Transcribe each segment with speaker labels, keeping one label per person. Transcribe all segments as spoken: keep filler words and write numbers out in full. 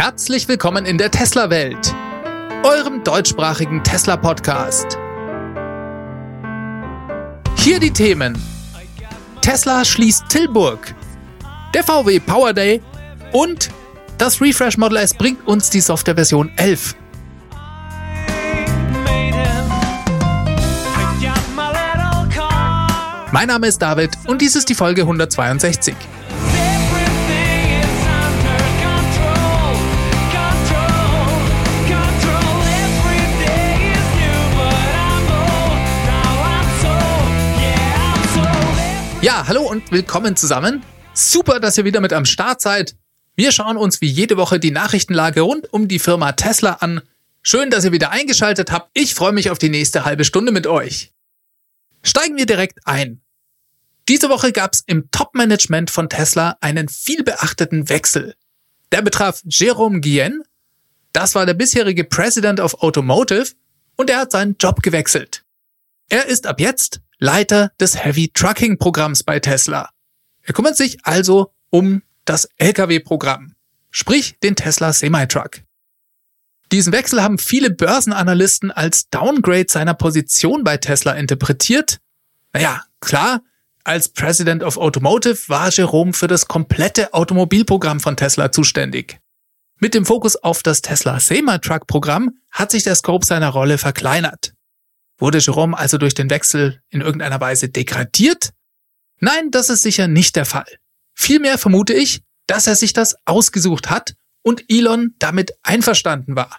Speaker 1: Herzlich willkommen in der Tesla-Welt, eurem deutschsprachigen Tesla-Podcast. Hier die Themen: Tesla schließt Tilburg, der V W Power Day und das Refresh Model S bringt uns die Softwareversion elf. Mein Name ist David und dies ist die Folge hundertzweiundsechzig. Ja, hallo und willkommen zusammen. Super, dass ihr wieder mit am Start seid. Wir schauen uns wie jede Woche die Nachrichtenlage rund um die Firma Tesla an. Schön, dass ihr wieder eingeschaltet habt. Ich freue mich auf die nächste halbe Stunde mit euch. Steigen wir direkt ein. Diese Woche gab es im Top-Management von Tesla einen vielbeachteten Wechsel. Der betraf Jérôme Guillen. Das war der bisherige President of Automotive und er hat seinen Job gewechselt. Er ist ab jetzt Leiter des Heavy Trucking Programms bei Tesla. Er kümmert sich also um das L K W-Programm, sprich den Tesla Semi-Truck. Diesen Wechsel haben viele Börsenanalysten als Downgrade seiner Position bei Tesla interpretiert. Naja, klar, als President of Automotive war Jérôme für das komplette Automobilprogramm von Tesla zuständig. Mit dem Fokus auf das Tesla Semi-Truck-Programm hat sich der Scope seiner Rolle verkleinert. Wurde Jérôme also durch den Wechsel in irgendeiner Weise degradiert? Nein, das ist sicher nicht der Fall. Vielmehr vermute ich, dass er sich das ausgesucht hat und Elon damit einverstanden war.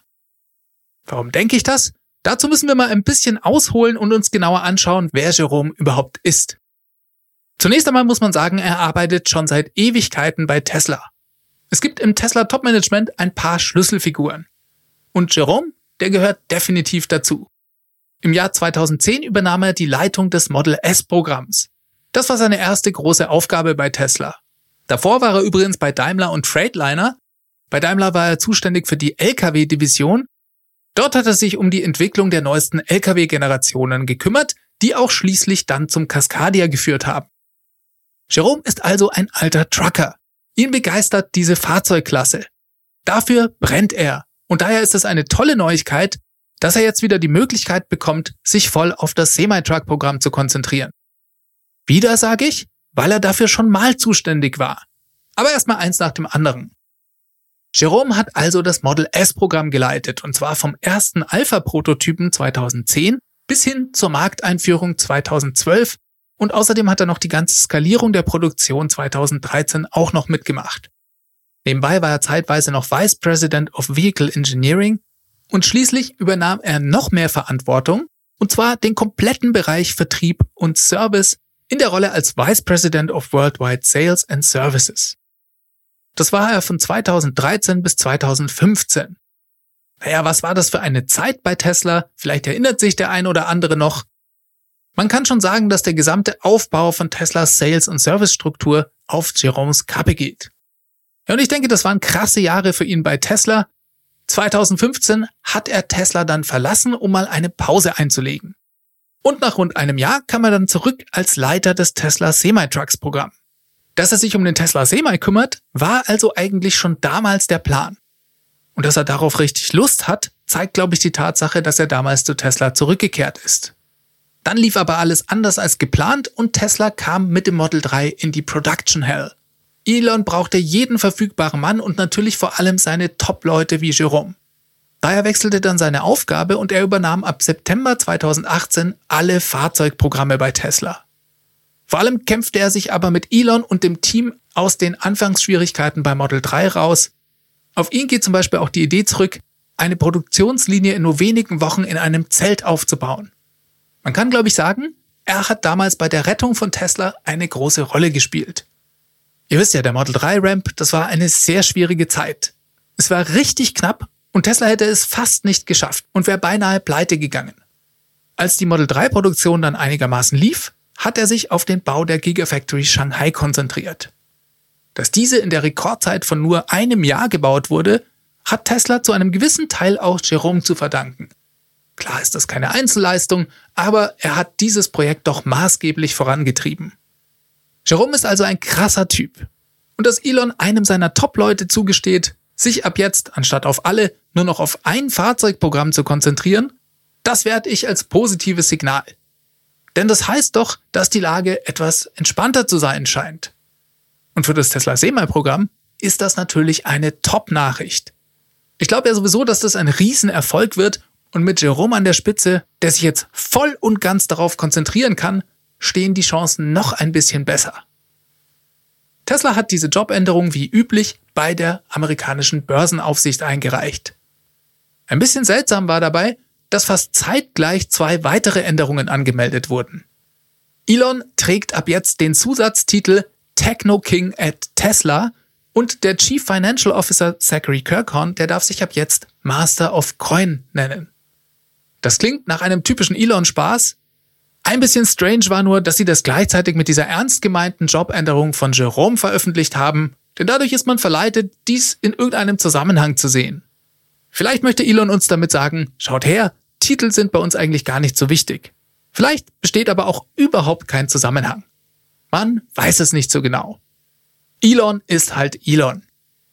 Speaker 1: Warum denke ich das? Dazu müssen wir mal ein bisschen ausholen und uns genauer anschauen, wer Jérôme überhaupt ist. Zunächst einmal muss man sagen, er arbeitet schon seit Ewigkeiten bei Tesla. Es gibt im Tesla Top-Management ein paar Schlüsselfiguren. Und Jérôme, der gehört definitiv dazu. Im Jahr zweitausendzehn übernahm er die Leitung des Model S-Programms. Das war seine erste große Aufgabe bei Tesla. Davor war er übrigens bei Daimler und Freightliner. Bei Daimler war er zuständig für die L K W-Division. Dort hat er sich um die Entwicklung der neuesten L K W-Generationen gekümmert, die auch schließlich dann zum Cascadia geführt haben. Jérôme ist also ein alter Trucker. Ihn begeistert diese Fahrzeugklasse. Dafür brennt er. Und daher ist es eine tolle Neuigkeit, dass er jetzt wieder die Möglichkeit bekommt, sich voll auf das Semi-Truck-Programm zu konzentrieren. Wieder sage ich, weil er dafür schon mal zuständig war. Aber erstmal eins nach dem anderen. Jérôme hat also das Model S-Programm geleitet, und zwar vom ersten Alpha-Prototypen zweitausendzehn bis hin zur Markteinführung zweitausendzwölf, und außerdem hat er noch die ganze Skalierung der Produktion zweitausenddreizehn auch noch mitgemacht. Nebenbei war er zeitweise noch Vice President of Vehicle Engineering und schließlich übernahm er noch mehr Verantwortung, und zwar den kompletten Bereich Vertrieb und Service in der Rolle als Vice President of Worldwide Sales and Services. Das war er von zweitausenddreizehn bis zweitausendfünfzehn. Naja, was war das für eine Zeit bei Tesla? Vielleicht erinnert sich der ein oder andere noch. Man kann schon sagen, dass der gesamte Aufbau von Teslas Sales- und Servicestruktur auf Jérômes Kappe geht. Ja, und ich denke, das waren krasse Jahre für ihn bei Tesla. zweitausendfünfzehn hat er Tesla dann verlassen, um mal eine Pause einzulegen. Und nach rund einem Jahr kam er dann zurück als Leiter des Tesla Semi-Trucks-Programm. Dass er sich um den Tesla Semi kümmert, war also eigentlich schon damals der Plan. Und dass er darauf richtig Lust hat, zeigt, glaube ich, die Tatsache, dass er damals zu Tesla zurückgekehrt ist. Dann lief aber alles anders als geplant und Tesla kam mit dem Model drei in die Production Hell. Elon brauchte jeden verfügbaren Mann und natürlich vor allem seine Top-Leute wie Jérôme. Daher wechselte dann seine Aufgabe und er übernahm ab September zweitausendachtzehn alle Fahrzeugprogramme bei Tesla. Vor allem kämpfte er sich aber mit Elon und dem Team aus den Anfangsschwierigkeiten bei Model drei raus. Auf ihn geht zum Beispiel auch die Idee zurück, eine Produktionslinie in nur wenigen Wochen in einem Zelt aufzubauen. Man kann, glaube ich, sagen, er hat damals bei der Rettung von Tesla eine große Rolle gespielt. Ihr wisst ja, der Model drei Ramp, das war eine sehr schwierige Zeit. Es war richtig knapp und Tesla hätte es fast nicht geschafft und wäre beinahe pleite gegangen. Als die Model drei Produktion dann einigermaßen lief, hat er sich auf den Bau der Gigafactory Shanghai konzentriert. Dass diese in der Rekordzeit von nur einem Jahr gebaut wurde, hat Tesla zu einem gewissen Teil auch Jérôme zu verdanken. Klar ist das keine Einzelleistung, aber er hat dieses Projekt doch maßgeblich vorangetrieben. Jérôme ist also ein krasser Typ. Und dass Elon einem seiner Top-Leute zugesteht, sich ab jetzt, anstatt auf alle, nur noch auf ein Fahrzeugprogramm zu konzentrieren, das werte ich als positives Signal. Denn das heißt doch, dass die Lage etwas entspannter zu sein scheint. Und für das Tesla Semi-Programm ist das natürlich eine Top-Nachricht. Ich glaube ja sowieso, dass das ein Riesenerfolg wird und mit Jerome an der Spitze, der sich jetzt voll und ganz darauf konzentrieren kann, stehen die Chancen noch ein bisschen besser. Tesla hat diese Jobänderung wie üblich bei der amerikanischen Börsenaufsicht eingereicht. Ein bisschen seltsam war dabei, dass fast zeitgleich zwei weitere Änderungen angemeldet wurden. Elon trägt ab jetzt den Zusatztitel Techno King at Tesla und der Chief Financial Officer Zachary Kirkhorn, der darf sich ab jetzt Master of Coin nennen. Das klingt nach einem typischen Elon-Spaß. Ein bisschen strange war nur, dass sie das gleichzeitig mit dieser ernst gemeinten Jobänderung von Jerome veröffentlicht haben, denn dadurch ist man verleitet, dies in irgendeinem Zusammenhang zu sehen. Vielleicht möchte Elon uns damit sagen, schaut her, Titel sind bei uns eigentlich gar nicht so wichtig. Vielleicht besteht aber auch überhaupt kein Zusammenhang. Man weiß es nicht so genau. Elon ist halt Elon.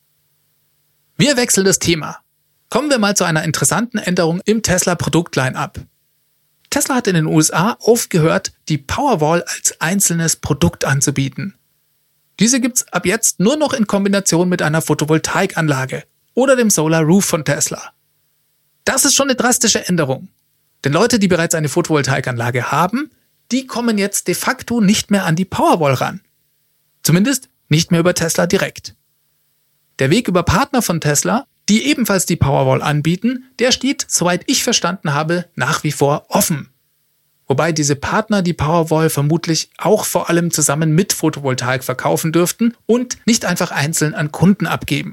Speaker 1: Wir wechseln das Thema. Kommen wir mal zu einer interessanten Änderung im Tesla-Produktline-up. Tesla hat in den U S A aufgehört, die Powerwall als einzelnes Produkt anzubieten. Diese gibt's ab jetzt nur noch in Kombination mit einer Photovoltaikanlage oder dem Solar Roof von Tesla. Das ist schon eine drastische Änderung. Denn Leute, die bereits eine Photovoltaikanlage haben, die kommen jetzt de facto nicht mehr an die Powerwall ran. Zumindest nicht mehr über Tesla direkt. Der Weg über Partner von Tesla, die ebenfalls die Powerwall anbieten, der steht, soweit ich verstanden habe, nach wie vor offen. Wobei diese Partner die Powerwall vermutlich auch vor allem zusammen mit Photovoltaik verkaufen dürften und nicht einfach einzeln an Kunden abgeben.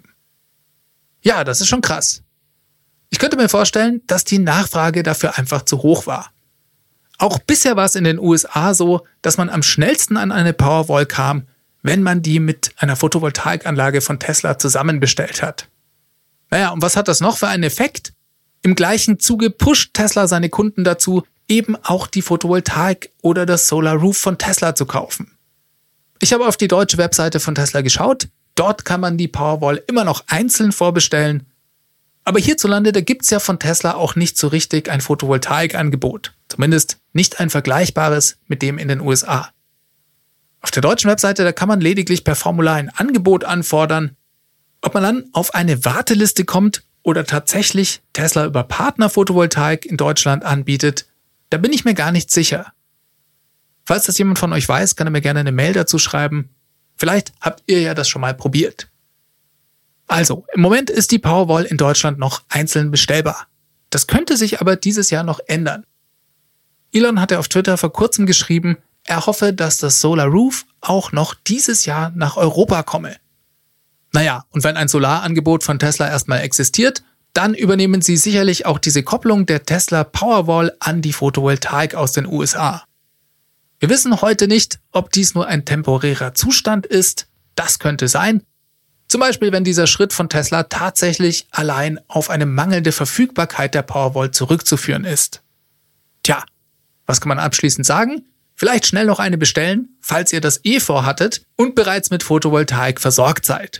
Speaker 1: Ja, das ist schon krass. Ich könnte mir vorstellen, dass die Nachfrage dafür einfach zu hoch war. Auch bisher war es in den U S A so, dass man am schnellsten an eine Powerwall kam, wenn man die mit einer Photovoltaikanlage von Tesla zusammenbestellt hat. Naja, und was hat das noch für einen Effekt? Im gleichen Zuge pusht Tesla seine Kunden dazu, eben auch die Photovoltaik oder das Solar Roof von Tesla zu kaufen. Ich habe auf die deutsche Webseite von Tesla geschaut, dort kann man die Powerwall immer noch einzeln vorbestellen. Aber hierzulande, da gibt's ja von Tesla auch nicht so richtig ein Photovoltaikangebot. Zumindest nicht ein vergleichbares mit dem in den U S A. Auf der deutschen Webseite, da kann man lediglich per Formular ein Angebot anfordern. Ob man dann auf eine Warteliste kommt oder tatsächlich Tesla über Partner Photovoltaik in Deutschland anbietet, da bin ich mir gar nicht sicher. Falls das jemand von euch weiß, kann er mir gerne eine Mail dazu schreiben. Vielleicht habt ihr ja das schon mal probiert. Also, im Moment ist die Powerwall in Deutschland noch einzeln bestellbar. Das könnte sich aber dieses Jahr noch ändern. Elon hatte auf Twitter vor kurzem geschrieben, er hoffe, dass das Solar Roof auch noch dieses Jahr nach Europa komme. Naja, und wenn ein Solarangebot von Tesla erstmal existiert, dann übernehmen sie sicherlich auch diese Kopplung der Tesla Powerwall an die Photovoltaik aus den U S A. Wir wissen heute nicht, ob dies nur ein temporärer Zustand ist. Das könnte sein. Zum Beispiel, wenn dieser Schritt von Tesla tatsächlich allein auf eine mangelnde Verfügbarkeit der Powerwall zurückzuführen ist. Tja, was kann man abschließend sagen? Vielleicht schnell noch eine bestellen, falls ihr das eh vorhattet und bereits mit Photovoltaik versorgt seid.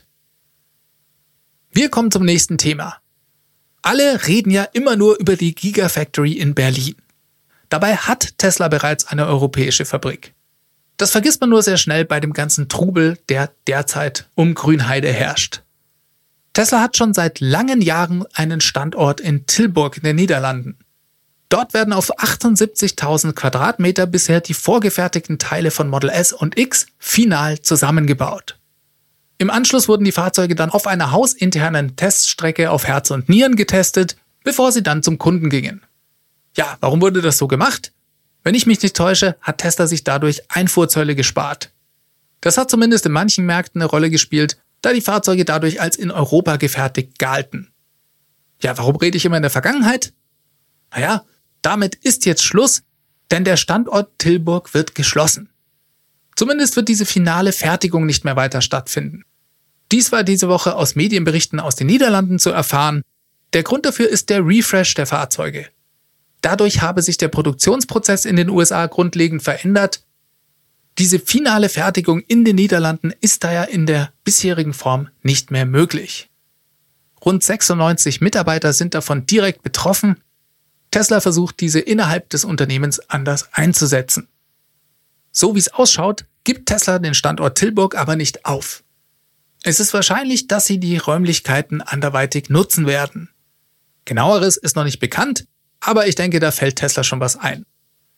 Speaker 1: Wir kommen zum nächsten Thema. Alle reden ja immer nur über die Gigafactory in Berlin. Dabei hat Tesla bereits eine europäische Fabrik. Das vergisst man nur sehr schnell bei dem ganzen Trubel, der derzeit um Grünheide herrscht. Tesla hat schon seit langen Jahren einen Standort in Tilburg in den Niederlanden. Dort werden auf achtundsiebzigtausend Quadratmeter bisher die vorgefertigten Teile von Model S und X final zusammengebaut. Im Anschluss wurden die Fahrzeuge dann auf einer hausinternen Teststrecke auf Herz und Nieren getestet, bevor sie dann zum Kunden gingen. Ja, warum wurde das so gemacht? Wenn ich mich nicht täusche, hat Tesla sich dadurch Einfuhrzölle gespart. Das hat zumindest in manchen Märkten eine Rolle gespielt, da die Fahrzeuge dadurch als in Europa gefertigt galten. Ja, warum rede ich immer in der Vergangenheit? Naja, damit ist jetzt Schluss, denn der Standort Tilburg wird geschlossen. Zumindest wird diese finale Fertigung nicht mehr weiter stattfinden. Dies war diese Woche aus Medienberichten aus den Niederlanden zu erfahren. Der Grund dafür ist der Refresh der Fahrzeuge. Dadurch habe sich der Produktionsprozess in den U S A grundlegend verändert. Diese finale Fertigung in den Niederlanden ist daher in der bisherigen Form nicht mehr möglich. Rund sechsundneunzig Mitarbeiter sind davon direkt betroffen. Tesla versucht, diese innerhalb des Unternehmens anders einzusetzen. So wie es ausschaut, gibt Tesla den Standort Tilburg aber nicht auf. Es ist wahrscheinlich, dass sie die Räumlichkeiten anderweitig nutzen werden. Genaueres ist noch nicht bekannt, aber ich denke, da fällt Tesla schon was ein.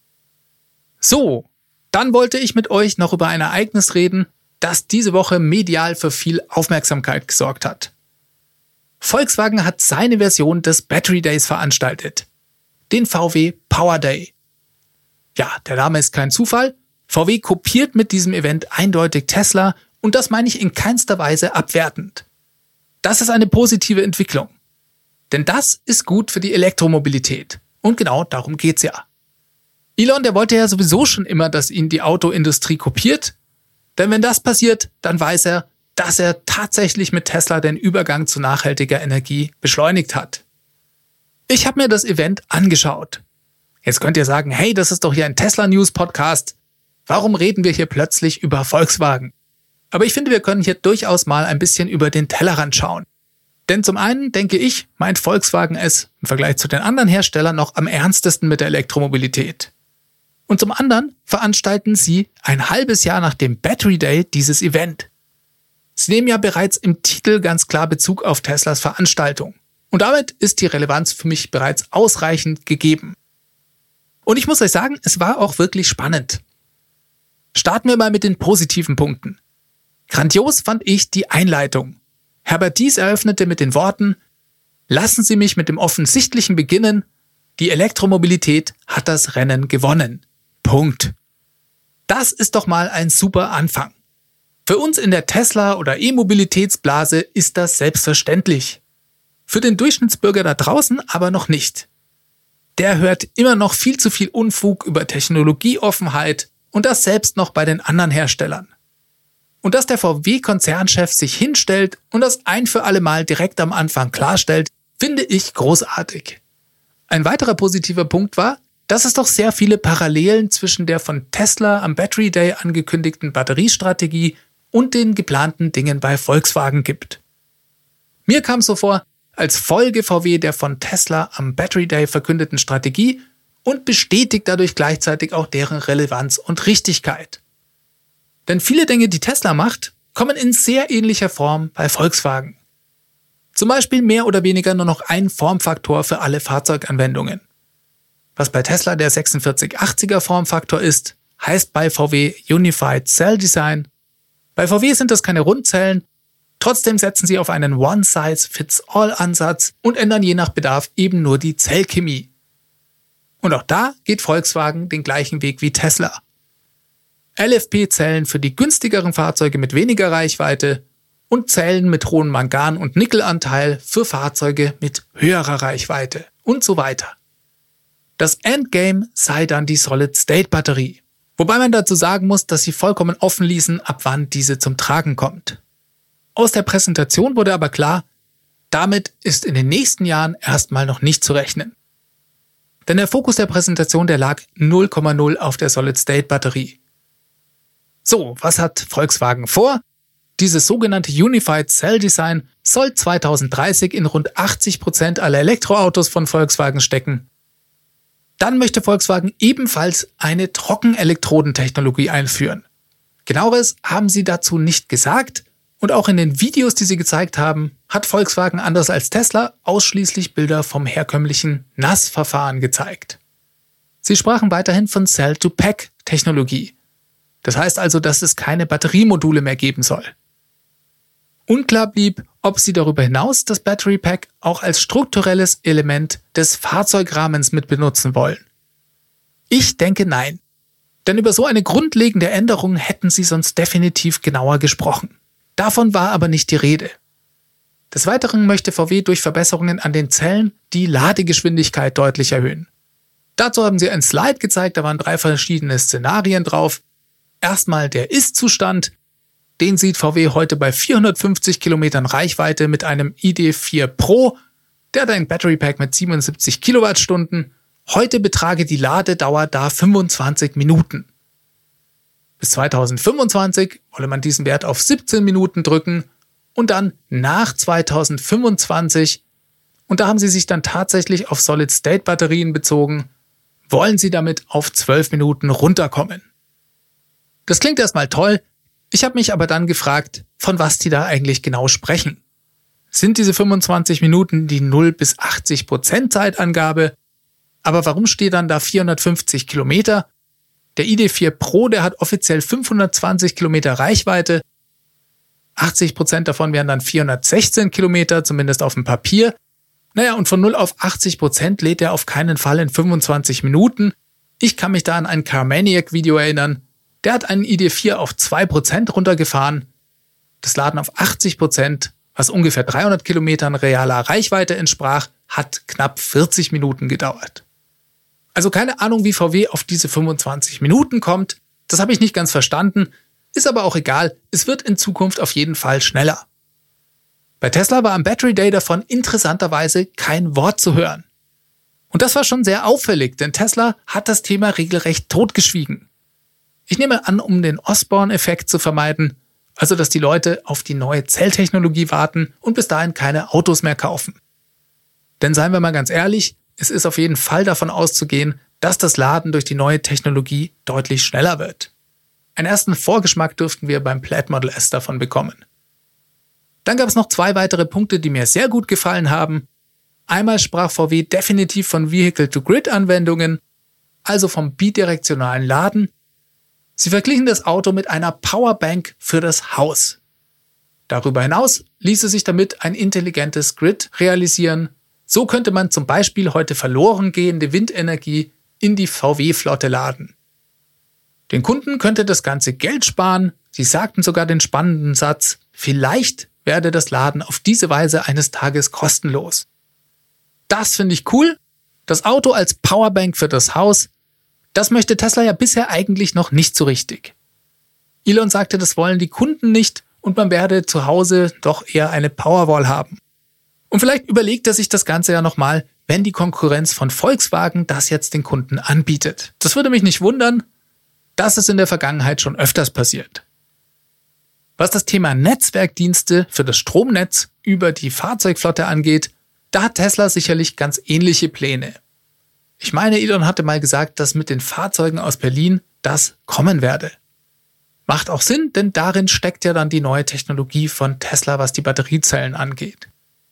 Speaker 1: So, dann wollte ich mit euch noch über ein Ereignis reden, das diese Woche medial für viel Aufmerksamkeit gesorgt hat. Volkswagen hat seine Version des Battery Days veranstaltet, den V W Power Day. Ja, der Name ist kein Zufall. V W kopiert mit diesem Event eindeutig Tesla und das meine ich in keinster Weise abwertend. Das ist eine positive Entwicklung. Denn das ist gut für die Elektromobilität. Und genau darum geht's ja. Elon, der wollte ja sowieso schon immer, dass ihn die Autoindustrie kopiert. Denn wenn das passiert, dann weiß er, dass er tatsächlich mit Tesla den Übergang zu nachhaltiger Energie beschleunigt hat. Ich habe mir das Event angeschaut. Jetzt könnt ihr sagen, hey, das ist doch hier ein Tesla-News-Podcast. Warum reden wir hier plötzlich über Volkswagen? Aber ich finde, wir können hier durchaus mal ein bisschen über den Tellerrand schauen. Denn zum einen, denke ich, meint Volkswagen es im Vergleich zu den anderen Herstellern noch am ernstesten mit der Elektromobilität. Und zum anderen veranstalten sie ein halbes Jahr nach dem Battery Day dieses Event. Sie nehmen ja bereits im Titel ganz klar Bezug auf Teslas Veranstaltung. Und damit ist die Relevanz für mich bereits ausreichend gegeben. Und ich muss euch sagen, es war auch wirklich spannend. Starten wir mal mit den positiven Punkten. Grandios fand ich die Einleitung. Herbert Diess eröffnete mit den Worten: Lassen Sie mich mit dem Offensichtlichen beginnen. Die Elektromobilität hat das Rennen gewonnen. Punkt. Das ist doch mal ein super Anfang. Für uns in der Tesla- oder E-Mobilitätsblase ist das selbstverständlich. Für den Durchschnittsbürger da draußen aber noch nicht. Der hört immer noch viel zu viel Unfug über Technologieoffenheit und das selbst noch bei den anderen Herstellern. Und dass der V W-Konzernchef sich hinstellt und das ein für alle Mal direkt am Anfang klarstellt, finde ich großartig. Ein weiterer positiver Punkt war, dass es doch sehr viele Parallelen zwischen der von Tesla am Battery Day angekündigten Batteriestrategie und den geplanten Dingen bei Volkswagen gibt. Mir kam es so vor, als Folge V W der von Tesla am Battery Day verkündeten Strategie und bestätigt dadurch gleichzeitig auch deren Relevanz und Richtigkeit. Denn viele Dinge, die Tesla macht, kommen in sehr ähnlicher Form bei Volkswagen. Zum Beispiel mehr oder weniger nur noch ein Formfaktor für alle Fahrzeuganwendungen. Was bei Tesla der sechsundvierzig achtziger Formfaktor ist, heißt bei V W Unified Cell Design. Bei V W sind das keine Rundzellen, trotzdem setzen sie auf einen One-Size-Fits-All-Ansatz und ändern je nach Bedarf eben nur die Zellchemie. Und auch da geht Volkswagen den gleichen Weg wie Tesla. L F P-Zellen für die günstigeren Fahrzeuge mit weniger Reichweite und Zellen mit hohem Mangan- und Nickelanteil für Fahrzeuge mit höherer Reichweite und so weiter. Das Endgame sei dann die Solid-State-Batterie, wobei man dazu sagen muss, dass sie vollkommen offen ließen, ab wann diese zum Tragen kommt. Aus der Präsentation wurde aber klar, damit ist in den nächsten Jahren erstmal noch nicht zu rechnen. Denn der Fokus der Präsentation, der lag null Komma null auf der Solid-State-Batterie. So, was hat Volkswagen vor? Dieses sogenannte Unified Cell Design soll zweitausenddreißig in rund achtzig Prozent aller Elektroautos von Volkswagen stecken. Dann möchte Volkswagen ebenfalls eine Trockenelektrodentechnologie einführen. Genaueres haben sie dazu nicht gesagt und auch in den Videos, die sie gezeigt haben, hat Volkswagen anders als Tesla ausschließlich Bilder vom herkömmlichen Nassverfahren gezeigt. Sie sprachen weiterhin von Cell-to-Pack-Technologie. Das heißt also, dass es keine Batteriemodule mehr geben soll. Unklar blieb, ob sie darüber hinaus das Battery Pack auch als strukturelles Element des Fahrzeugrahmens mit benutzen wollen. Ich denke nein. Denn über so eine grundlegende Änderung hätten sie sonst definitiv genauer gesprochen. Davon war aber nicht die Rede. Des Weiteren möchte V W durch Verbesserungen an den Zellen die Ladegeschwindigkeit deutlich erhöhen. Dazu haben sie ein Slide gezeigt, da waren drei verschiedene Szenarien drauf. Erstmal der Ist-Zustand, den sieht V W heute bei vierhundertfünfzig Kilometern Reichweite mit einem I D vier Pro, der hat ein Battery Pack mit siebenundsiebzig Kilowattstunden. Heute betrage die Ladedauer da fünfundzwanzig Minuten. Bis zweitausendfünfundzwanzig wolle man diesen Wert auf siebzehn Minuten drücken und dann nach zweitausendfünfundzwanzig, und da haben sie sich dann tatsächlich auf Solid-State-Batterien bezogen, wollen sie damit auf zwölf Minuten runterkommen. Das klingt erstmal toll, ich habe mich aber dann gefragt, von was die da eigentlich genau sprechen. Sind diese fünfundzwanzig Minuten die null bis achtzig Prozent Zeitangabe? Aber warum steht dann da vierhundertfünfzig Kilometer? Der I D vier Pro, der hat offiziell fünfhundertzwanzig Kilometer Reichweite. achtzig Prozent davon wären dann vierhundertsechzehn Kilometer, zumindest auf dem Papier. Naja, und von null auf achtzig Prozent lädt er auf keinen Fall in fünfundzwanzig Minuten. Ich kann mich da an ein CarManiac-Video erinnern. Der hat einen I D vier auf zwei Prozent runtergefahren. Das Laden auf achtzig Prozent, was ungefähr dreihundert Kilometern realer Reichweite entsprach, hat knapp vierzig Minuten gedauert. Also keine Ahnung, wie V W auf diese fünfundzwanzig Minuten kommt. Das habe ich nicht ganz verstanden. Ist aber auch egal. Es wird in Zukunft auf jeden Fall schneller. Bei Tesla war am Battery Day davon interessanterweise kein Wort zu hören. Und das war schon sehr auffällig, denn Tesla hat das Thema regelrecht totgeschwiegen. Ich nehme an, um den Osborne-Effekt zu vermeiden, also dass die Leute auf die neue Zelltechnologie warten und bis dahin keine Autos mehr kaufen. Denn seien wir mal ganz ehrlich, es ist auf jeden Fall davon auszugehen, dass das Laden durch die neue Technologie deutlich schneller wird. Einen ersten Vorgeschmack dürften wir beim Plaid Model S davon bekommen. Dann gab es noch zwei weitere Punkte, die mir sehr gut gefallen haben. Einmal sprach V W definitiv von Vehicle-to-Grid-Anwendungen, also vom bidirektionalen Laden. Sie verglichen das Auto mit einer Powerbank für das Haus. Darüber hinaus ließe sich damit ein intelligentes Grid realisieren. So könnte man zum Beispiel heute verloren gehende Windenergie in die V W-Flotte laden. Den Kunden könnte das Ganze Geld sparen. Sie sagten sogar den spannenden Satz, vielleicht werde das Laden auf diese Weise eines Tages kostenlos. Das finde ich cool. Das Auto als Powerbank für das Haus, das möchte Tesla ja bisher eigentlich noch nicht so richtig. Elon sagte, das wollen die Kunden nicht und man werde zu Hause doch eher eine Powerwall haben. Und vielleicht überlegt er sich das Ganze ja nochmal, wenn die Konkurrenz von Volkswagen das jetzt den Kunden anbietet. Das würde mich nicht wundern, das ist in der Vergangenheit schon öfters passiert. Was das Thema Netzwerkdienste für das Stromnetz über die Fahrzeugflotte angeht, da hat Tesla sicherlich ganz ähnliche Pläne. Ich meine, Elon hatte mal gesagt, dass mit den Fahrzeugen aus Berlin das kommen werde. Macht auch Sinn, denn darin steckt ja dann die neue Technologie von Tesla, was die Batteriezellen angeht.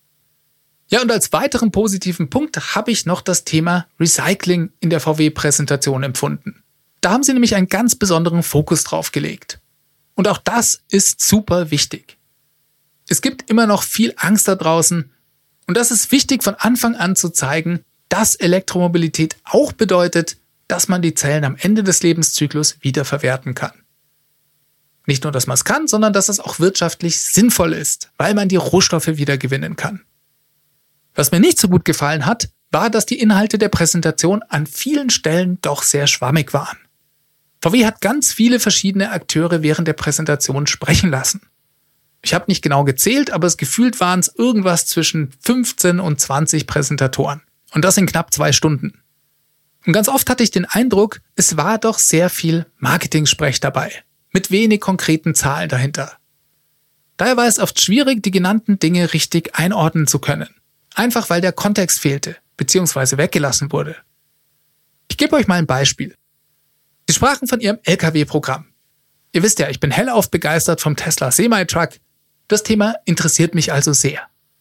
Speaker 1: Ja, und als weiteren positiven Punkt habe ich noch das Thema Recycling in der V W-Präsentation empfunden. Da haben sie nämlich einen ganz besonderen Fokus drauf gelegt. Und auch das ist super wichtig. Es gibt immer noch viel Angst da draußen und das ist wichtig von Anfang an zu zeigen, dass Elektromobilität auch bedeutet, dass man die Zellen am Ende des Lebenszyklus wiederverwerten kann. Nicht nur, dass man es kann, sondern dass es auch wirtschaftlich sinnvoll ist, weil man die Rohstoffe wiedergewinnen kann. Was mir nicht so gut gefallen hat, war, dass die Inhalte der Präsentation an vielen Stellen doch sehr schwammig waren. V W hat ganz viele verschiedene Akteure während der Präsentation sprechen lassen. Ich habe nicht genau gezählt, aber es gefühlt waren es irgendwas zwischen fünfzehn und zwanzig Präsentatoren. Und das in knapp zwei Stunden. Und ganz oft hatte ich den Eindruck, es war doch sehr viel Marketing-Sprech dabei, mit wenig konkreten Zahlen dahinter. Daher war es oft schwierig, die genannten Dinge richtig einordnen zu können. Einfach weil der Kontext fehlte, beziehungsweise weggelassen wurde. Ich gebe euch mal ein Beispiel. Sie sprachen von ihrem L K W-Programm. Ihr wisst ja, ich bin hellauf begeistert vom Tesla Semi-Truck. Das Thema interessiert mich also sehr.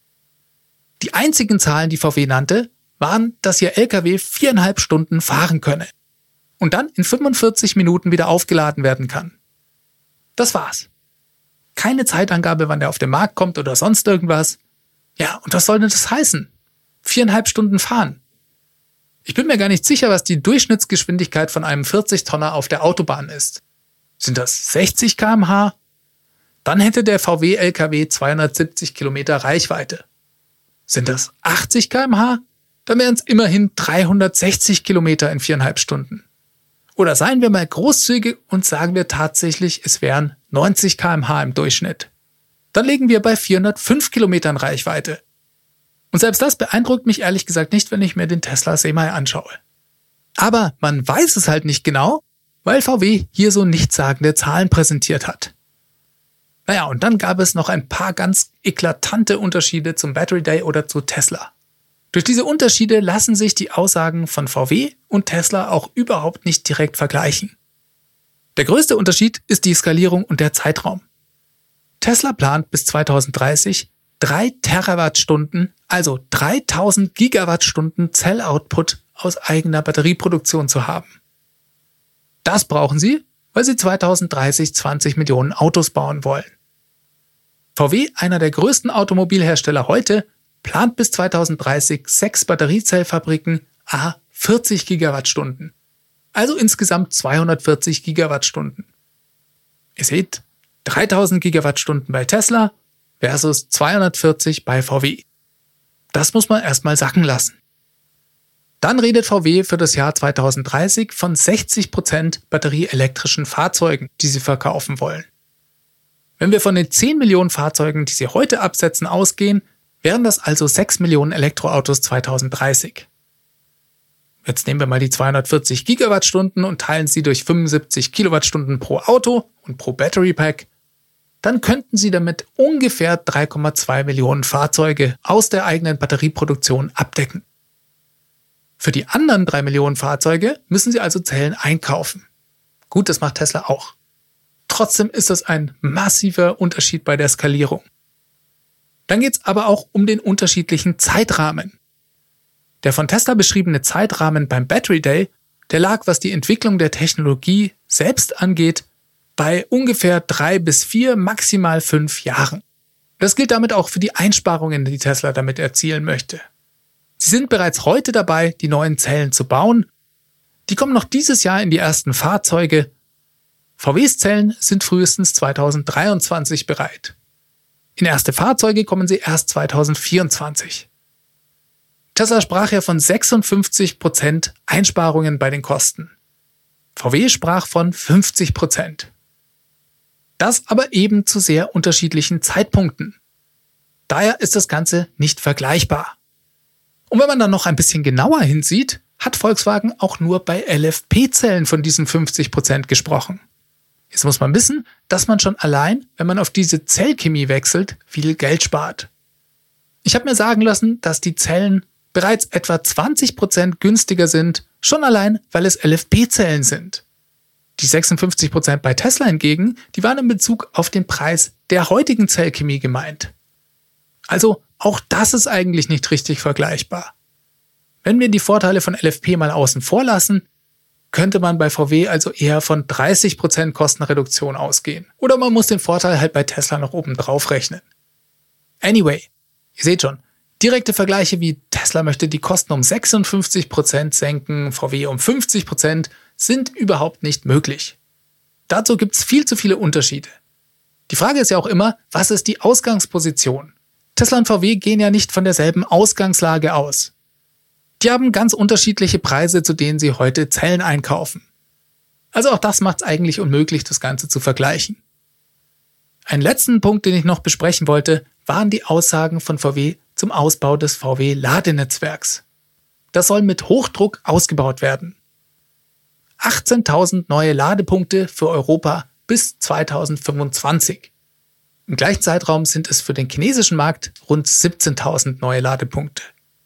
Speaker 1: Die einzigen Zahlen, die V W nannte, waren, dass ihr L K W viereinhalb Stunden fahren könne und dann in fünfundvierzig Minuten wieder aufgeladen werden kann. Das war's. Keine Zeitangabe, wann der auf den Markt kommt oder sonst irgendwas. Ja, und was soll denn das heißen? Viereinhalb Stunden fahren. Ich bin mir gar nicht sicher, was die Durchschnittsgeschwindigkeit von einem vierzig Tonner auf der Autobahn ist. Sind das sechzig Kilometer pro Stunde? Dann hätte der V W L K W zweihundertsiebzig Kilometer Reichweite. Sind das achtzig Kilometer pro Stunde? Dann wären es immerhin dreihundertsechzig Kilometer in viereinhalb Stunden. Oder seien wir mal großzügig und sagen wir tatsächlich, es wären neunzig Kilometer pro Stunde im Durchschnitt. Dann liegen wir bei vierhundertfünf Kilometern Reichweite. Und selbst das beeindruckt mich ehrlich gesagt nicht, wenn ich mir den Tesla Semi anschaue. Aber man weiß es halt nicht genau, weil V W hier so nichtssagende Zahlen präsentiert hat. Naja, und dann gab es noch ein paar ganz eklatante Unterschiede zum Battery Day oder zu Tesla. Durch diese Unterschiede lassen sich die Aussagen von V W und Tesla auch überhaupt nicht direkt vergleichen. Der größte Unterschied ist die Skalierung und der Zeitraum. Tesla plant bis zweitausenddreißig drei Terawattstunden, also dreitausend Gigawattstunden Zelloutput aus eigener Batterieproduktion zu haben. Das brauchen sie, weil sie zweitausenddreißig zwanzig Millionen Autos bauen wollen. V W, einer der größten Automobilhersteller heute, plant bis zweitausenddreißig sechs Batteriezellfabriken à vierzig Gigawattstunden. Also insgesamt zweihundertvierzig Gigawattstunden. Ihr seht, dreitausend Gigawattstunden bei Tesla versus zweihundertvierzig bei V W. Das muss man erstmal sacken lassen. Dann redet V W für das Jahr zweitausenddreißig von sechzig Prozent batterieelektrischen Fahrzeugen, die sie verkaufen wollen. Wenn wir von den zehn Millionen Fahrzeugen, die sie heute absetzen, ausgehen, wären das also sechs Millionen Elektroautos zweitausenddreißig. Jetzt nehmen wir mal die zweihundertvierzig Gigawattstunden und teilen sie durch fünfundsiebzig Kilowattstunden pro Auto und pro Battery Pack. Dann könnten sie damit ungefähr drei Komma zwei Millionen Fahrzeuge aus der eigenen Batterieproduktion abdecken. Für die anderen drei Millionen Fahrzeuge müssen sie also Zellen einkaufen. Gut, das macht Tesla auch. Trotzdem ist das ein massiver Unterschied bei der Skalierung. Dann geht es aber auch um den unterschiedlichen Zeitrahmen. Der von Tesla beschriebene Zeitrahmen beim Battery Day, der lag, was die Entwicklung der Technologie selbst angeht, bei ungefähr drei bis vier, maximal fünf Jahren. Das gilt damit auch für die Einsparungen, die Tesla damit erzielen möchte. Sie sind bereits heute dabei, die neuen Zellen zu bauen. Die kommen noch dieses Jahr in die ersten Fahrzeuge. V Ws Zellen sind frühestens zweitausenddreiundzwanzig bereit. In erste Fahrzeuge kommen sie erst zweitausendvierundzwanzig. Tesla sprach ja von sechsundfünfzig Prozent Einsparungen bei den Kosten. V W sprach von fünfzig Prozent. Das aber eben zu sehr unterschiedlichen Zeitpunkten. Daher ist das Ganze nicht vergleichbar. Und wenn man dann noch ein bisschen genauer hinsieht, hat Volkswagen auch nur bei L F P-Zellen von diesen fünfzig Prozent gesprochen. Jetzt muss man wissen, dass man schon allein, wenn man auf diese Zellchemie wechselt, viel Geld spart. Ich habe mir sagen lassen, dass die Zellen bereits etwa zwanzig Prozent günstiger sind, schon allein, weil es L F P-Zellen sind. Die sechsundfünfzig Prozent bei Tesla hingegen, die waren in Bezug auf den Preis der heutigen Zellchemie gemeint. Also auch das ist eigentlich nicht richtig vergleichbar. Wenn wir die Vorteile von L F P mal außen vor lassen, könnte man bei V W also eher von dreißig Prozent Kostenreduktion ausgehen. Oder man muss den Vorteil halt bei Tesla noch oben drauf rechnen. Anyway, ihr seht schon, direkte Vergleiche wie Tesla möchte die Kosten um sechsundfünfzig Prozent senken, V W um fünfzig Prozent, sind überhaupt nicht möglich. Dazu gibt es viel zu viele Unterschiede. Die Frage ist ja auch immer, was ist die Ausgangsposition? Tesla und V W gehen ja nicht von derselben Ausgangslage aus. Die haben ganz unterschiedliche Preise, zu denen sie heute Zellen einkaufen. Also auch das macht es eigentlich unmöglich, das Ganze zu vergleichen. Einen letzten Punkt, den ich noch besprechen wollte, waren die Aussagen von V W zum Ausbau des V W-Ladenetzwerks. Das soll mit Hochdruck ausgebaut werden. achtzehntausend neue Ladepunkte für Europa bis zweitausendfünfundzwanzig. Im gleichen Zeitraum sind es für den chinesischen Markt rund siebzehntausend neue Ladepunkte.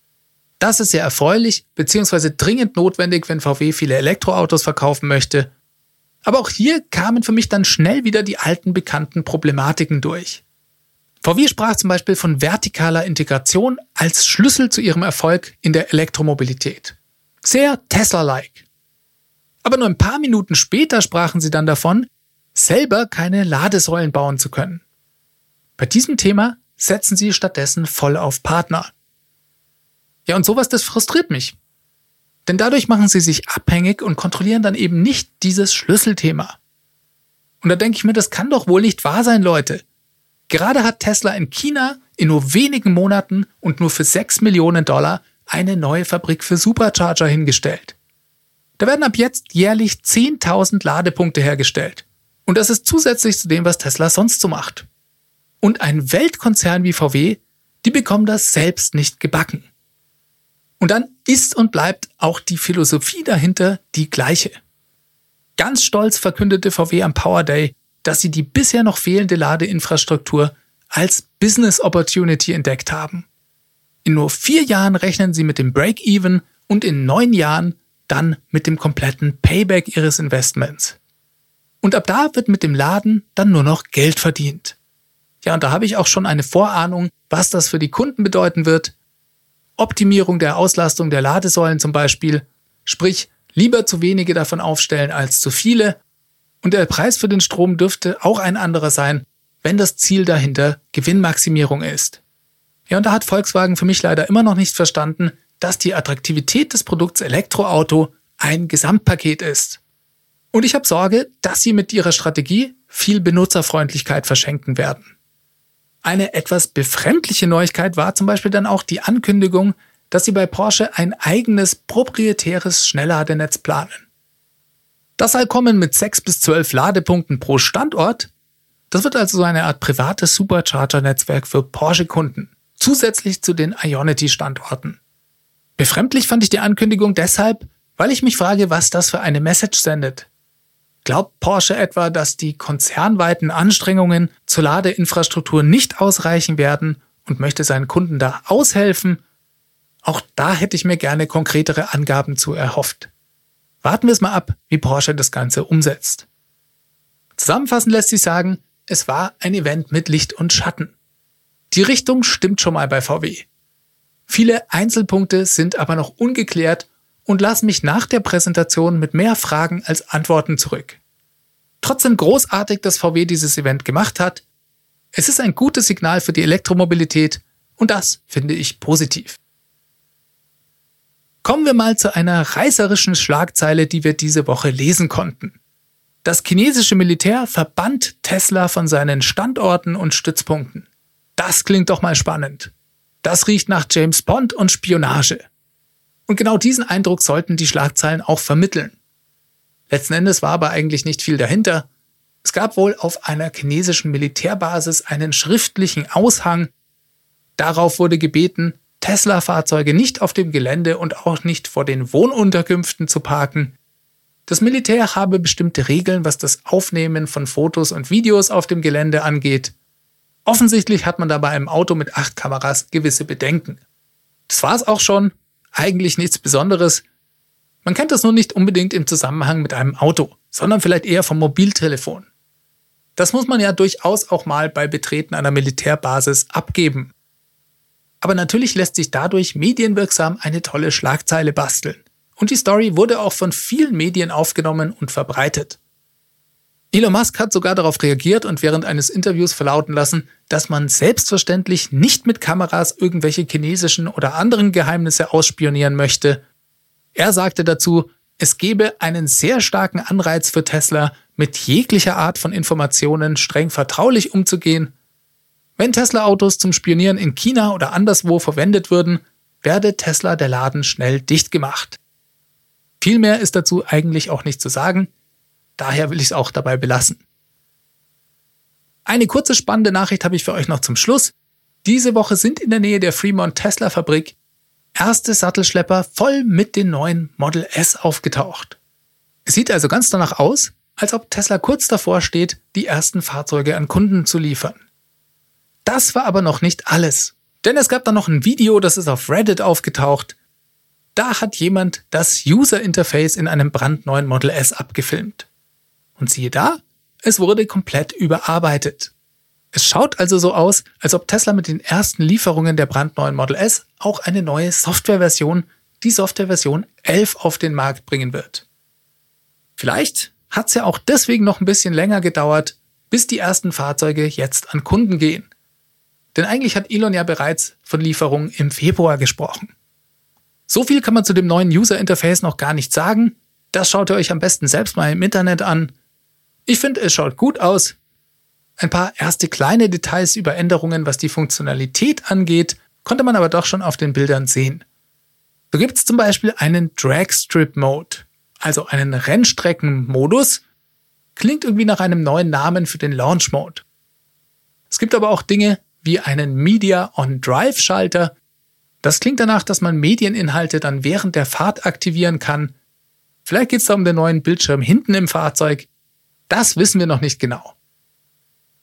Speaker 1: Das ist sehr erfreulich bzw. dringend notwendig, wenn V W viele Elektroautos verkaufen möchte. Aber auch hier kamen für mich dann schnell wieder die alten bekannten Problematiken durch. V W sprach zum Beispiel von vertikaler Integration als Schlüssel zu ihrem Erfolg in der Elektromobilität. Sehr Tesla-like. Aber nur ein paar Minuten später sprachen sie dann davon, selber keine Ladesäulen bauen zu können. Bei diesem Thema setzen sie stattdessen voll auf Partner. Ja, und sowas, das frustriert mich. Denn dadurch machen sie sich abhängig und kontrollieren dann eben nicht dieses Schlüsselthema. Und da denke ich mir, das kann doch wohl nicht wahr sein, Leute. Gerade hat Tesla in China in nur wenigen Monaten und nur für sechs Millionen Dollar eine neue Fabrik für Supercharger hingestellt. Da werden ab jetzt jährlich zehntausend Ladepunkte hergestellt. Und das ist zusätzlich zu dem, was Tesla sonst so macht. Und ein Weltkonzern wie V W, die bekommen das selbst nicht gebacken. Und dann ist und bleibt auch die Philosophie dahinter die gleiche. Ganz stolz verkündete V W am Power Day, dass sie die bisher noch fehlende Ladeinfrastruktur als Business Opportunity entdeckt haben. In nur vier Jahren rechnen sie mit dem Break-Even und in neun Jahren dann mit dem kompletten Payback ihres Investments. Und ab da wird mit dem Laden dann nur noch Geld verdient. Ja, und da habe ich auch schon eine Vorahnung, was das für die Kunden bedeuten wird. Optimierung der Auslastung der Ladesäulen zum Beispiel, sprich lieber zu wenige davon aufstellen als zu viele. Und der Preis für den Strom dürfte auch ein anderer sein, wenn das Ziel dahinter Gewinnmaximierung ist. Ja, und da hat Volkswagen für mich leider immer noch nicht verstanden, dass die Attraktivität des Produkts Elektroauto ein Gesamtpaket ist. Und ich habe Sorge, dass sie mit ihrer Strategie viel Benutzerfreundlichkeit verschenken werden. Eine etwas befremdliche Neuigkeit war zum Beispiel dann auch die Ankündigung, dass sie bei Porsche ein eigenes proprietäres Schnellladenetz planen. Das soll kommen mit sechs bis zwölf Ladepunkten pro Standort. Das wird also so eine Art privates Supercharger-Netzwerk für Porsche-Kunden, zusätzlich zu den Ionity-Standorten. Befremdlich fand ich die Ankündigung deshalb, weil ich mich frage, was das für eine Message sendet. Glaubt Porsche etwa, dass die konzernweiten Anstrengungen zur Ladeinfrastruktur nicht ausreichen werden und möchte seinen Kunden da aushelfen? Auch da hätte ich mir gerne konkretere Angaben zu erhofft. Warten wir es mal ab, wie Porsche das Ganze umsetzt. Zusammenfassend lässt sich sagen, es war ein Event mit Licht und Schatten. Die Richtung stimmt schon mal bei V W. Viele Einzelpunkte sind aber noch ungeklärt und lassen mich nach der Präsentation mit mehr Fragen als Antworten zurück. Trotzdem großartig, dass V W dieses Event gemacht hat. Es ist ein gutes Signal für die Elektromobilität und das finde ich positiv. Kommen wir mal zu einer reißerischen Schlagzeile, die wir diese Woche lesen konnten. Das chinesische Militär verbannt Tesla von seinen Standorten und Stützpunkten. Das klingt doch mal spannend. Das riecht nach James Bond und Spionage. Und genau diesen Eindruck sollten die Schlagzeilen auch vermitteln. Letzten Endes war aber eigentlich nicht viel dahinter. Es gab wohl auf einer chinesischen Militärbasis einen schriftlichen Aushang. Darauf wurde gebeten, Tesla-Fahrzeuge nicht auf dem Gelände und auch nicht vor den Wohnunterkünften zu parken. Das Militär habe bestimmte Regeln, was das Aufnehmen von Fotos und Videos auf dem Gelände angeht. Offensichtlich hat man da bei einem Auto mit acht Kameras gewisse Bedenken. Das war's auch schon. Eigentlich nichts Besonderes. Man kennt das nur nicht unbedingt im Zusammenhang mit einem Auto, sondern vielleicht eher vom Mobiltelefon. Das muss man ja durchaus auch mal bei Betreten einer Militärbasis abgeben. Aber natürlich lässt sich dadurch medienwirksam eine tolle Schlagzeile basteln. Und die Story wurde auch von vielen Medien aufgenommen und verbreitet. Elon Musk hat sogar darauf reagiert und während eines Interviews verlauten lassen, dass man selbstverständlich nicht mit Kameras irgendwelche chinesischen oder anderen Geheimnisse ausspionieren möchte. Er sagte dazu, es gebe einen sehr starken Anreiz für Tesla, mit jeglicher Art von Informationen streng vertraulich umzugehen. Wenn Tesla-Autos zum Spionieren in China oder anderswo verwendet würden, werde Tesla der Laden schnell dicht gemacht. Viel mehr ist dazu eigentlich auch nicht zu sagen. Daher will ich es auch dabei belassen. Eine kurze spannende Nachricht habe ich für euch noch zum Schluss. Diese Woche sind in der Nähe der Fremont Tesla Fabrik erste Sattelschlepper voll mit den neuen Model S aufgetaucht. Es sieht also ganz danach aus, als ob Tesla kurz davor steht, die ersten Fahrzeuge an Kunden zu liefern. Das war aber noch nicht alles. Denn es gab dann noch ein Video, das ist auf Reddit aufgetaucht. Da hat jemand das User Interface in einem brandneuen Model S abgefilmt. Und siehe da, es wurde komplett überarbeitet. Es schaut also so aus, als ob Tesla mit den ersten Lieferungen der brandneuen Model S auch eine neue Softwareversion, die Softwareversion elf, auf den Markt bringen wird. Vielleicht hat es ja auch deswegen noch ein bisschen länger gedauert, bis die ersten Fahrzeuge jetzt an Kunden gehen. Denn eigentlich hat Elon ja bereits von Lieferungen im Februar gesprochen. So viel kann man zu dem neuen User Interface noch gar nicht sagen. Das schaut ihr euch am besten selbst mal im Internet an. Ich finde, es schaut gut aus. Ein paar erste kleine Details über Änderungen, was die Funktionalität angeht, konnte man aber doch schon auf den Bildern sehen. So gibt es zum Beispiel einen Dragstrip-Mode, also einen Rennstrecken-Modus. Klingt irgendwie nach einem neuen Namen für den Launch-Mode. Es gibt aber auch Dinge wie einen Media-on-Drive-Schalter. Das klingt danach, dass man Medieninhalte dann während der Fahrt aktivieren kann. Vielleicht geht es da um den neuen Bildschirm hinten im Fahrzeug. Das wissen wir noch nicht genau.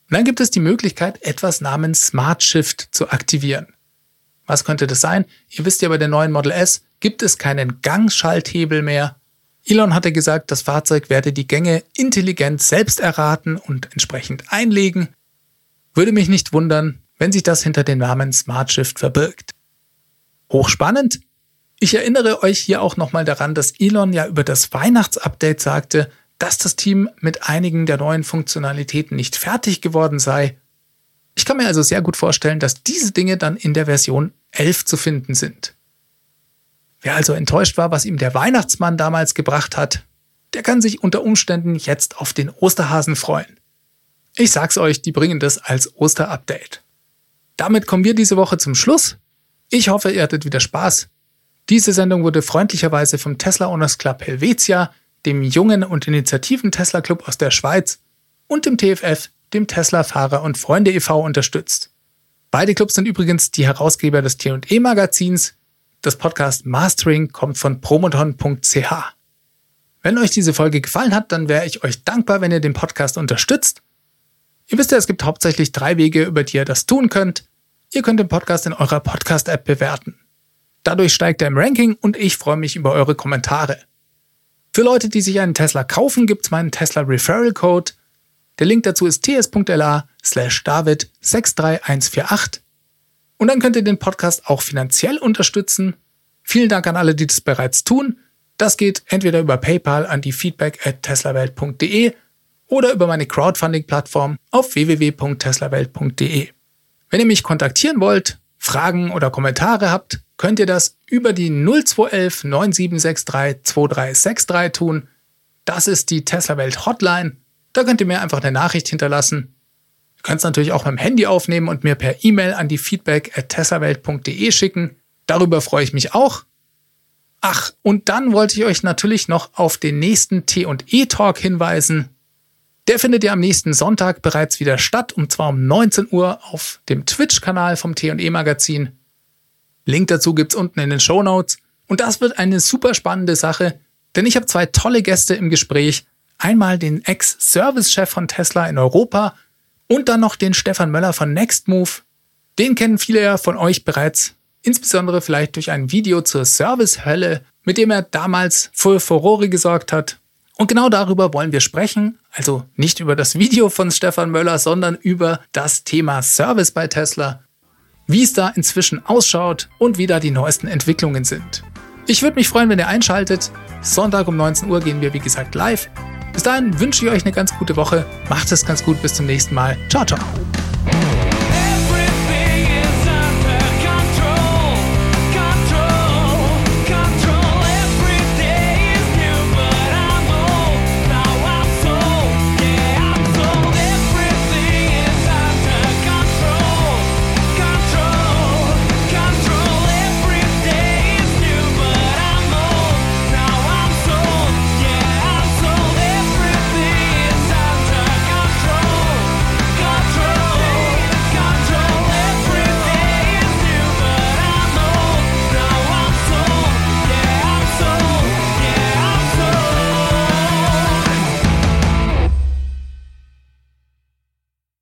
Speaker 1: Und dann gibt es die Möglichkeit, etwas namens Smart Shift zu aktivieren. Was könnte das sein? Ihr wisst ja, bei der neuen Model S gibt es keinen Gangschalthebel mehr. Elon hatte gesagt, das Fahrzeug werde die Gänge intelligent selbst erraten und entsprechend einlegen. Würde mich nicht wundern, wenn sich das hinter dem Namen Smart Shift verbirgt. Hochspannend! Ich erinnere euch hier auch nochmal daran, dass Elon ja über das Weihnachtsupdate sagte, dass das Team mit einigen der neuen Funktionalitäten nicht fertig geworden sei. Ich kann mir also sehr gut vorstellen, dass diese Dinge dann in der Version elf zu finden sind. Wer also enttäuscht war, was ihm der Weihnachtsmann damals gebracht hat, der kann sich unter Umständen jetzt auf den Osterhasen freuen. Ich sag's euch, die bringen das als Osterupdate. Damit kommen wir diese Woche zum Schluss. Ich hoffe, ihr hattet wieder Spaß. Diese Sendung wurde freundlicherweise vom Tesla Owners Club Helvetia, dem jungen und initiativen Tesla Club aus der Schweiz und dem T F F, dem Tesla Fahrer und Freunde e V unterstützt. Beide Clubs sind übrigens die Herausgeber des T und E Magazins. Das Podcast Mastering kommt von promoton punkt c h. Wenn euch diese Folge gefallen hat, dann wäre ich euch dankbar, wenn ihr den Podcast unterstützt. Ihr wisst ja, es gibt hauptsächlich drei Wege, über die ihr das tun könnt. Ihr könnt den Podcast in eurer Podcast-App bewerten. Dadurch steigt er im Ranking und ich freue mich über eure Kommentare. Für Leute, die sich einen Tesla kaufen, gibt es meinen Tesla Referral Code. Der Link dazu ist ts.la slash david sechs drei eins vier acht. Und dann könnt ihr den Podcast auch finanziell unterstützen. Vielen Dank an alle, die das bereits tun. Das geht entweder über PayPal an die feedback at teslawelt punkt de oder über meine Crowdfunding-Plattform auf w w w punkt teslawelt punkt de. Wenn ihr mich kontaktieren wollt, Fragen oder Kommentare habt, könnt ihr das über die null zwei eins eins neun sieben sechs drei zwei drei sechs drei tun. Das ist die Teslawelt Hotline. Da könnt ihr mir einfach eine Nachricht hinterlassen. Ihr könnt es natürlich auch mit dem Handy aufnehmen und mir per E-Mail an die feedback at teslawelt punkt de schicken. Darüber freue ich mich auch. Ach, und dann wollte ich euch natürlich noch auf den nächsten T und E Talk hinweisen. Der findet ja am nächsten Sonntag bereits wieder statt, und zwar um neunzehn Uhr auf dem Twitch-Kanal vom T und E Magazin. Link dazu gibt's unten in den Shownotes. Und das wird eine super spannende Sache, denn ich habe zwei tolle Gäste im Gespräch. Einmal den Ex-Service-Chef von Tesla in Europa und dann noch den Stefan Möller von Nextmove. Den kennen viele ja von euch bereits, insbesondere vielleicht durch ein Video zur Service-Hölle, mit dem er damals für Furore gesorgt hat. Und genau darüber wollen wir sprechen, also nicht über das Video von Stefan Möller, sondern über das Thema Service bei Tesla, wie es da inzwischen ausschaut und wie da die neuesten Entwicklungen sind. Ich würde mich freuen, wenn ihr einschaltet. Sonntag um neunzehn Uhr gehen wir, wie gesagt, live. Bis dahin wünsche ich euch eine ganz gute Woche. Macht es ganz gut, bis zum nächsten Mal. Ciao, ciao.